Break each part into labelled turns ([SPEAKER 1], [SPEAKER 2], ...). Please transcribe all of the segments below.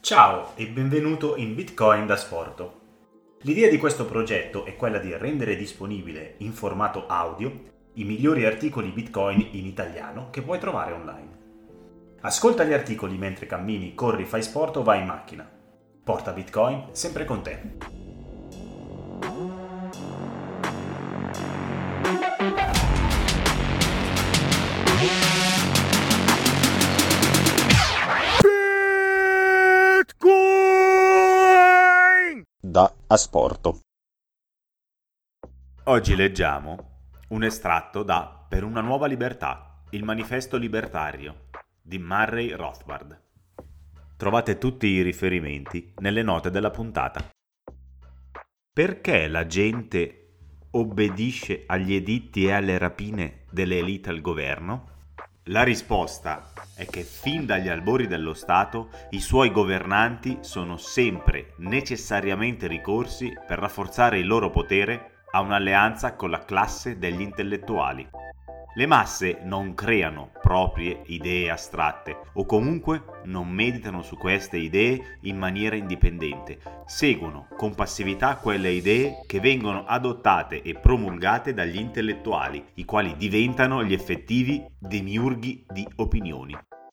[SPEAKER 1] Ciao e benvenuto in Bitcoin da Sporto. L'idea di questo progetto è quella di rendere disponibile in formato audio i migliori articoli Bitcoin in italiano che puoi trovare online. Ascolta gli articoli mentre cammini, corri, fai sport o vai in macchina. Porta Bitcoin sempre con te.
[SPEAKER 2] Da Asporto.
[SPEAKER 3] Oggi leggiamo un estratto da Per una nuova libertà, il manifesto libertario di Murray Rothbard. Trovate tutti i riferimenti nelle note della puntata. Perché la gente obbedisce agli editti e alle rapine delle elite al governo? La risposta è che fin dagli albori dello Stato i suoi governanti sono sempre necessariamente ricorsi per rafforzare il loro potere a un'alleanza con la classe degli intellettuali. Le masse non creano proprie idee astratte o comunque non meditano su queste idee in maniera indipendente, seguono con passività quelle idee che vengono adottate e promulgate dagli intellettuali, i quali diventano gli effettivi demiurghi di opinioni.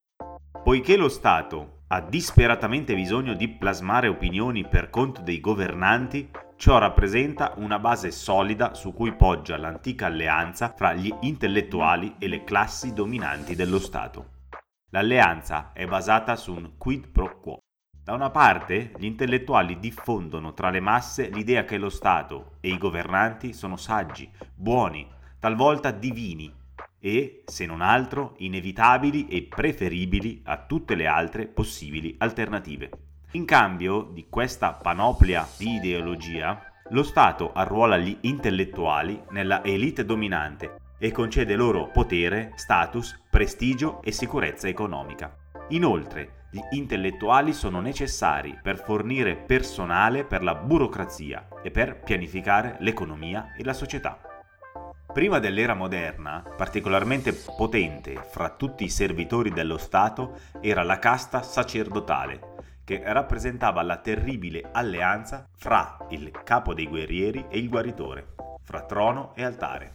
[SPEAKER 3] Poiché lo Stato ha disperatamente bisogno di plasmare opinioni per conto dei governanti, ciò rappresenta una base solida su cui poggia l'antica alleanza fra gli intellettuali e le classi dominanti dello Stato. L'alleanza è basata su un quid pro quo. Da una parte, gli intellettuali diffondono tra le masse l'idea che lo Stato e i governanti sono saggi, buoni, talvolta divini e, se non altro, inevitabili e preferibili a tutte le altre possibili alternative. In cambio di questa panoplia di ideologia, lo Stato arruola gli intellettuali nella elite dominante e concede loro potere, status, prestigio e sicurezza economica. Inoltre, gli intellettuali sono necessari per fornire personale per la burocrazia e per pianificare l'economia e la società. Prima dell'era moderna, particolarmente potente fra tutti i servitori dello Stato era la casta sacerdotale, che rappresentava la terribile alleanza fra il capo dei guerrieri e il guaritore, fra trono e altare.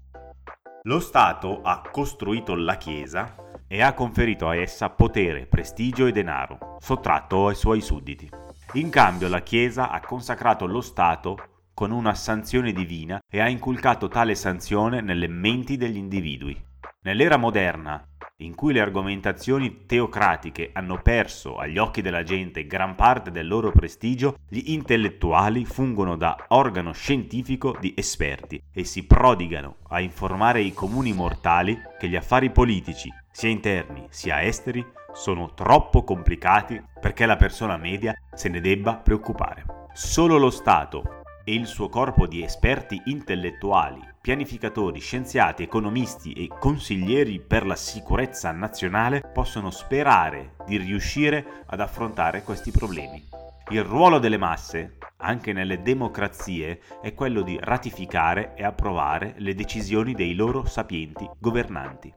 [SPEAKER 3] Lo Stato ha costruito la Chiesa e ha conferito a essa potere, prestigio e denaro, sottratto ai suoi sudditi. In cambio la Chiesa ha consacrato lo Stato con una sanzione divina e ha inculcato tale sanzione nelle menti degli individui. Nell'era moderna, in cui le argomentazioni teocratiche hanno perso agli occhi della gente gran parte del loro prestigio, gli intellettuali fungono da organo scientifico di esperti e si prodigano a informare i comuni mortali che gli affari politici, sia interni sia esteri, sono troppo complicati perché la persona media se ne debba preoccupare. Solo lo Stato e il suo corpo di esperti intellettuali, pianificatori, scienziati, economisti e consiglieri per la sicurezza nazionale possono sperare di riuscire ad affrontare questi problemi. Il ruolo delle masse, anche nelle democrazie, è quello di ratificare e approvare le decisioni dei loro sapienti governanti.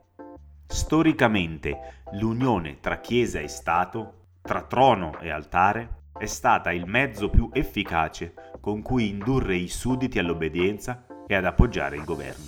[SPEAKER 3] Storicamente, l'unione tra Chiesa e Stato, tra trono e altare, è stata il mezzo più efficace con cui indurre i sudditi all'obbedienza e ad appoggiare il governo.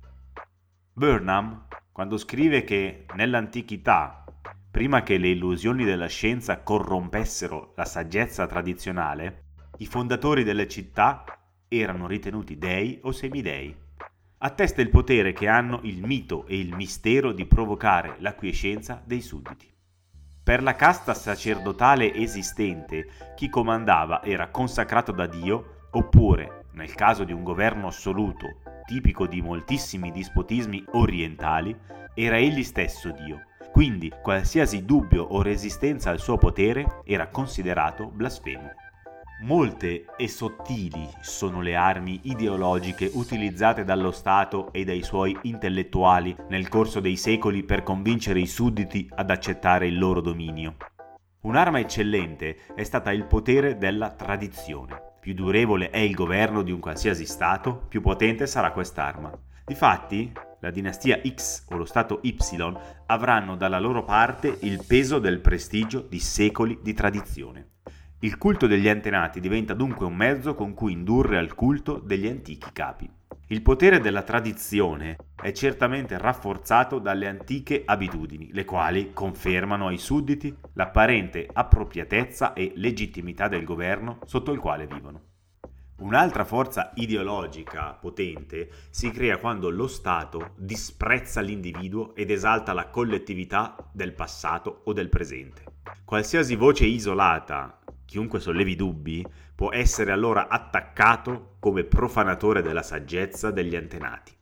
[SPEAKER 3] Burnham, quando scrive che nell'antichità, prima che le illusioni della scienza corrompessero la saggezza tradizionale, i fondatori delle città erano ritenuti dei o semidei. Attesta il potere che hanno il mito e il mistero di provocare l'acquiescenza dei sudditi. Per la casta sacerdotale esistente, chi comandava era consacrato da Dio, oppure, nel caso di un governo assoluto, tipico di moltissimi dispotismi orientali, era egli stesso Dio. Quindi qualsiasi dubbio o resistenza al suo potere era considerato blasfemo. Molte e sottili sono le armi ideologiche utilizzate dallo Stato e dai suoi intellettuali nel corso dei secoli per convincere i sudditi ad accettare il loro dominio. Un'arma eccellente è stata il potere della tradizione. Più durevole è il governo di un qualsiasi Stato, più potente sarà quest'arma. Difatti, la dinastia X o lo Stato Y avranno dalla loro parte il peso del prestigio di secoli di tradizione. Il culto degli antenati diventa dunque un mezzo con cui indurre al culto degli antichi capi. Il potere della tradizione è certamente rafforzato dalle antiche abitudini, le quali confermano ai sudditi l'apparente appropriatezza e legittimità del governo sotto il quale vivono. Un'altra forza ideologica potente si crea quando lo Stato disprezza l'individuo ed esalta la collettività del passato o del presente. Qualsiasi voce isolata, chiunque sollevi dubbi, può essere allora attaccato come profanatore della saggezza degli antenati.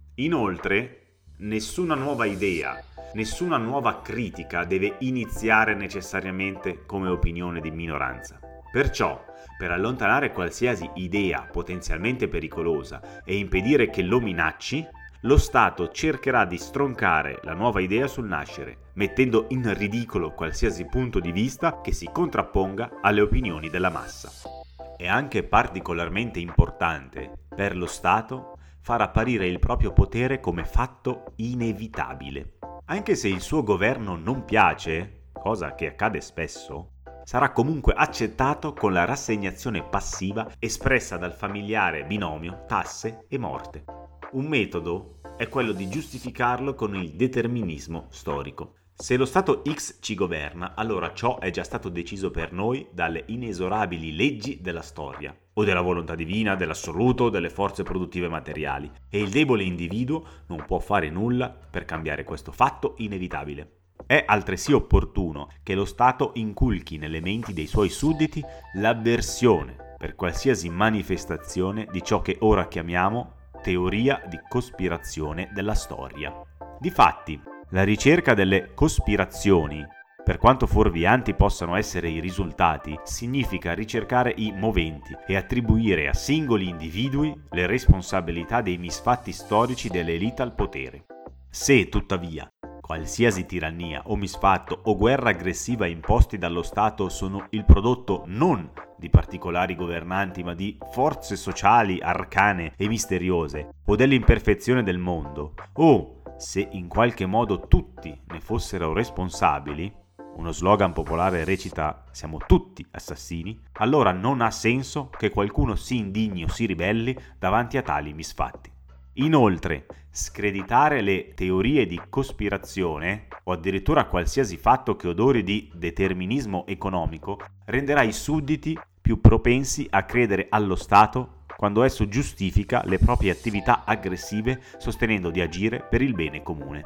[SPEAKER 3] Inoltre, nessuna nuova idea, nessuna nuova critica deve iniziare necessariamente come opinione di minoranza. Perciò, per allontanare qualsiasi idea potenzialmente pericolosa e impedire che lo minacci, lo Stato cercherà di stroncare la nuova idea sul nascere, mettendo in ridicolo qualsiasi punto di vista che si contrapponga alle opinioni della massa. È anche particolarmente importante per lo Stato far apparire il proprio potere come fatto inevitabile. Anche se il suo governo non piace, cosa che accade spesso, sarà comunque accettato con la rassegnazione passiva espressa dal familiare binomio tasse e morte. Un metodo è quello di giustificarlo con il determinismo storico. Se lo Stato X ci governa, allora ciò è già stato deciso per noi dalle inesorabili leggi della storia, o della volontà divina, dell'assoluto, delle forze produttive materiali, e il debole individuo non può fare nulla per cambiare questo fatto inevitabile. È altresì opportuno che lo Stato inculchi nelle menti dei suoi sudditi l'avversione per qualsiasi manifestazione di ciò che ora chiamiamo teoria di cospirazione della storia. Difatti, la ricerca delle cospirazioni, per quanto fuorvianti possano essere i risultati, significa ricercare i moventi e attribuire a singoli individui le responsabilità dei misfatti storici delle elite al potere. Se, tuttavia, qualsiasi tirannia o misfatto o guerra aggressiva imposti dallo Stato sono il prodotto non di particolari governanti ma di forze sociali arcane e misteriose o dell'imperfezione del mondo, o se in qualche modo tutti ne fossero responsabili, uno slogan popolare recita «Siamo tutti assassini», allora non ha senso che qualcuno si indigni o si ribelli davanti a tali misfatti. Inoltre, screditare le teorie di cospirazione o addirittura qualsiasi fatto che odori di determinismo economico renderà i sudditi più propensi a credere allo Stato quando esso giustifica le proprie attività aggressive sostenendo di agire per il bene comune.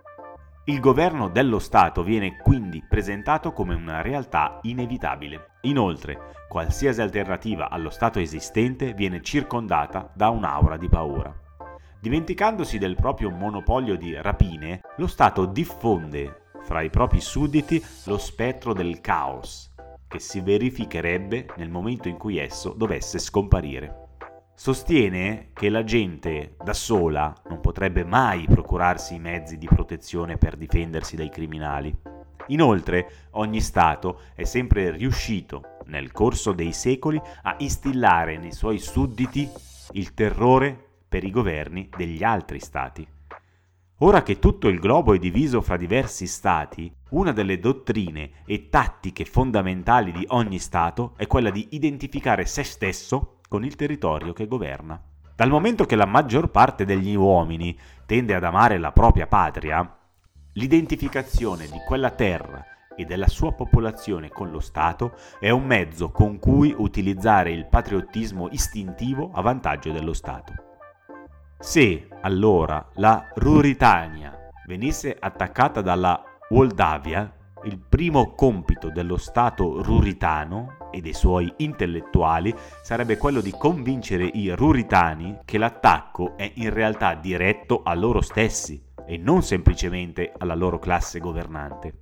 [SPEAKER 3] Il governo dello Stato viene quindi presentato come una realtà inevitabile. Inoltre, qualsiasi alternativa allo Stato esistente viene circondata da un'aura di paura. Dimenticandosi del proprio monopolio di rapine, lo Stato diffonde fra i propri sudditi lo spettro del caos, che si verificherebbe nel momento in cui esso dovesse scomparire. Sostiene che la gente da sola non potrebbe mai procurarsi i mezzi di protezione per difendersi dai criminali. Inoltre, ogni Stato è sempre riuscito, nel corso dei secoli, a instillare nei suoi sudditi il terrore per i governi degli altri Stati. Ora che tutto il globo è diviso fra diversi Stati, una delle dottrine e tattiche fondamentali di ogni Stato è quella di identificare se stesso con il territorio che governa. Dal momento che la maggior parte degli uomini tende ad amare la propria patria, l'identificazione di quella terra e della sua popolazione con lo Stato è un mezzo con cui utilizzare il patriottismo istintivo a vantaggio dello Stato. Se, allora, la Ruritania venisse attaccata dalla Moldavia, il primo compito dello Stato ruritano e dei suoi intellettuali sarebbe quello di convincere i ruritani che l'attacco è in realtà diretto a loro stessi e non semplicemente alla loro classe governante.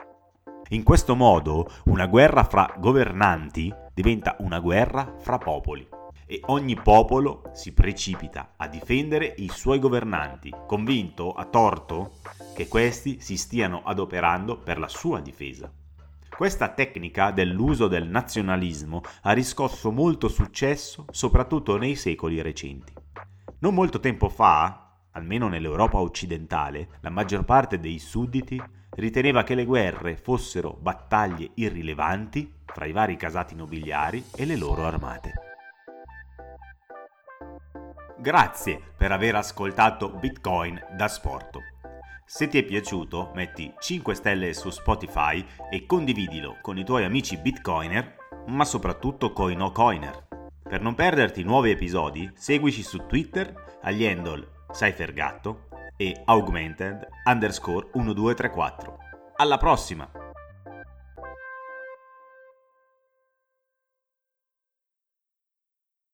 [SPEAKER 3] In questo modo, una guerra fra governanti diventa una guerra fra popoli e ogni popolo si precipita a difendere i suoi governanti, convinto, a torto, che questi si stiano adoperando per la sua difesa. Questa tecnica dell'uso del nazionalismo ha riscosso molto successo soprattutto nei secoli recenti. Non molto tempo fa, almeno nell'Europa occidentale, la maggior parte dei sudditi riteneva che le guerre fossero battaglie irrilevanti fra i vari casati nobiliari e le loro armate. Grazie per aver ascoltato Bitcoin da Sporto. Se ti è piaciuto, metti 5 stelle su Spotify e condividilo con i tuoi amici Bitcoiner, ma soprattutto coi no coiner. Per non perderti nuovi episodi, seguici su Twitter agli handle Cyphergatto e Augmented_1234. Alla prossima!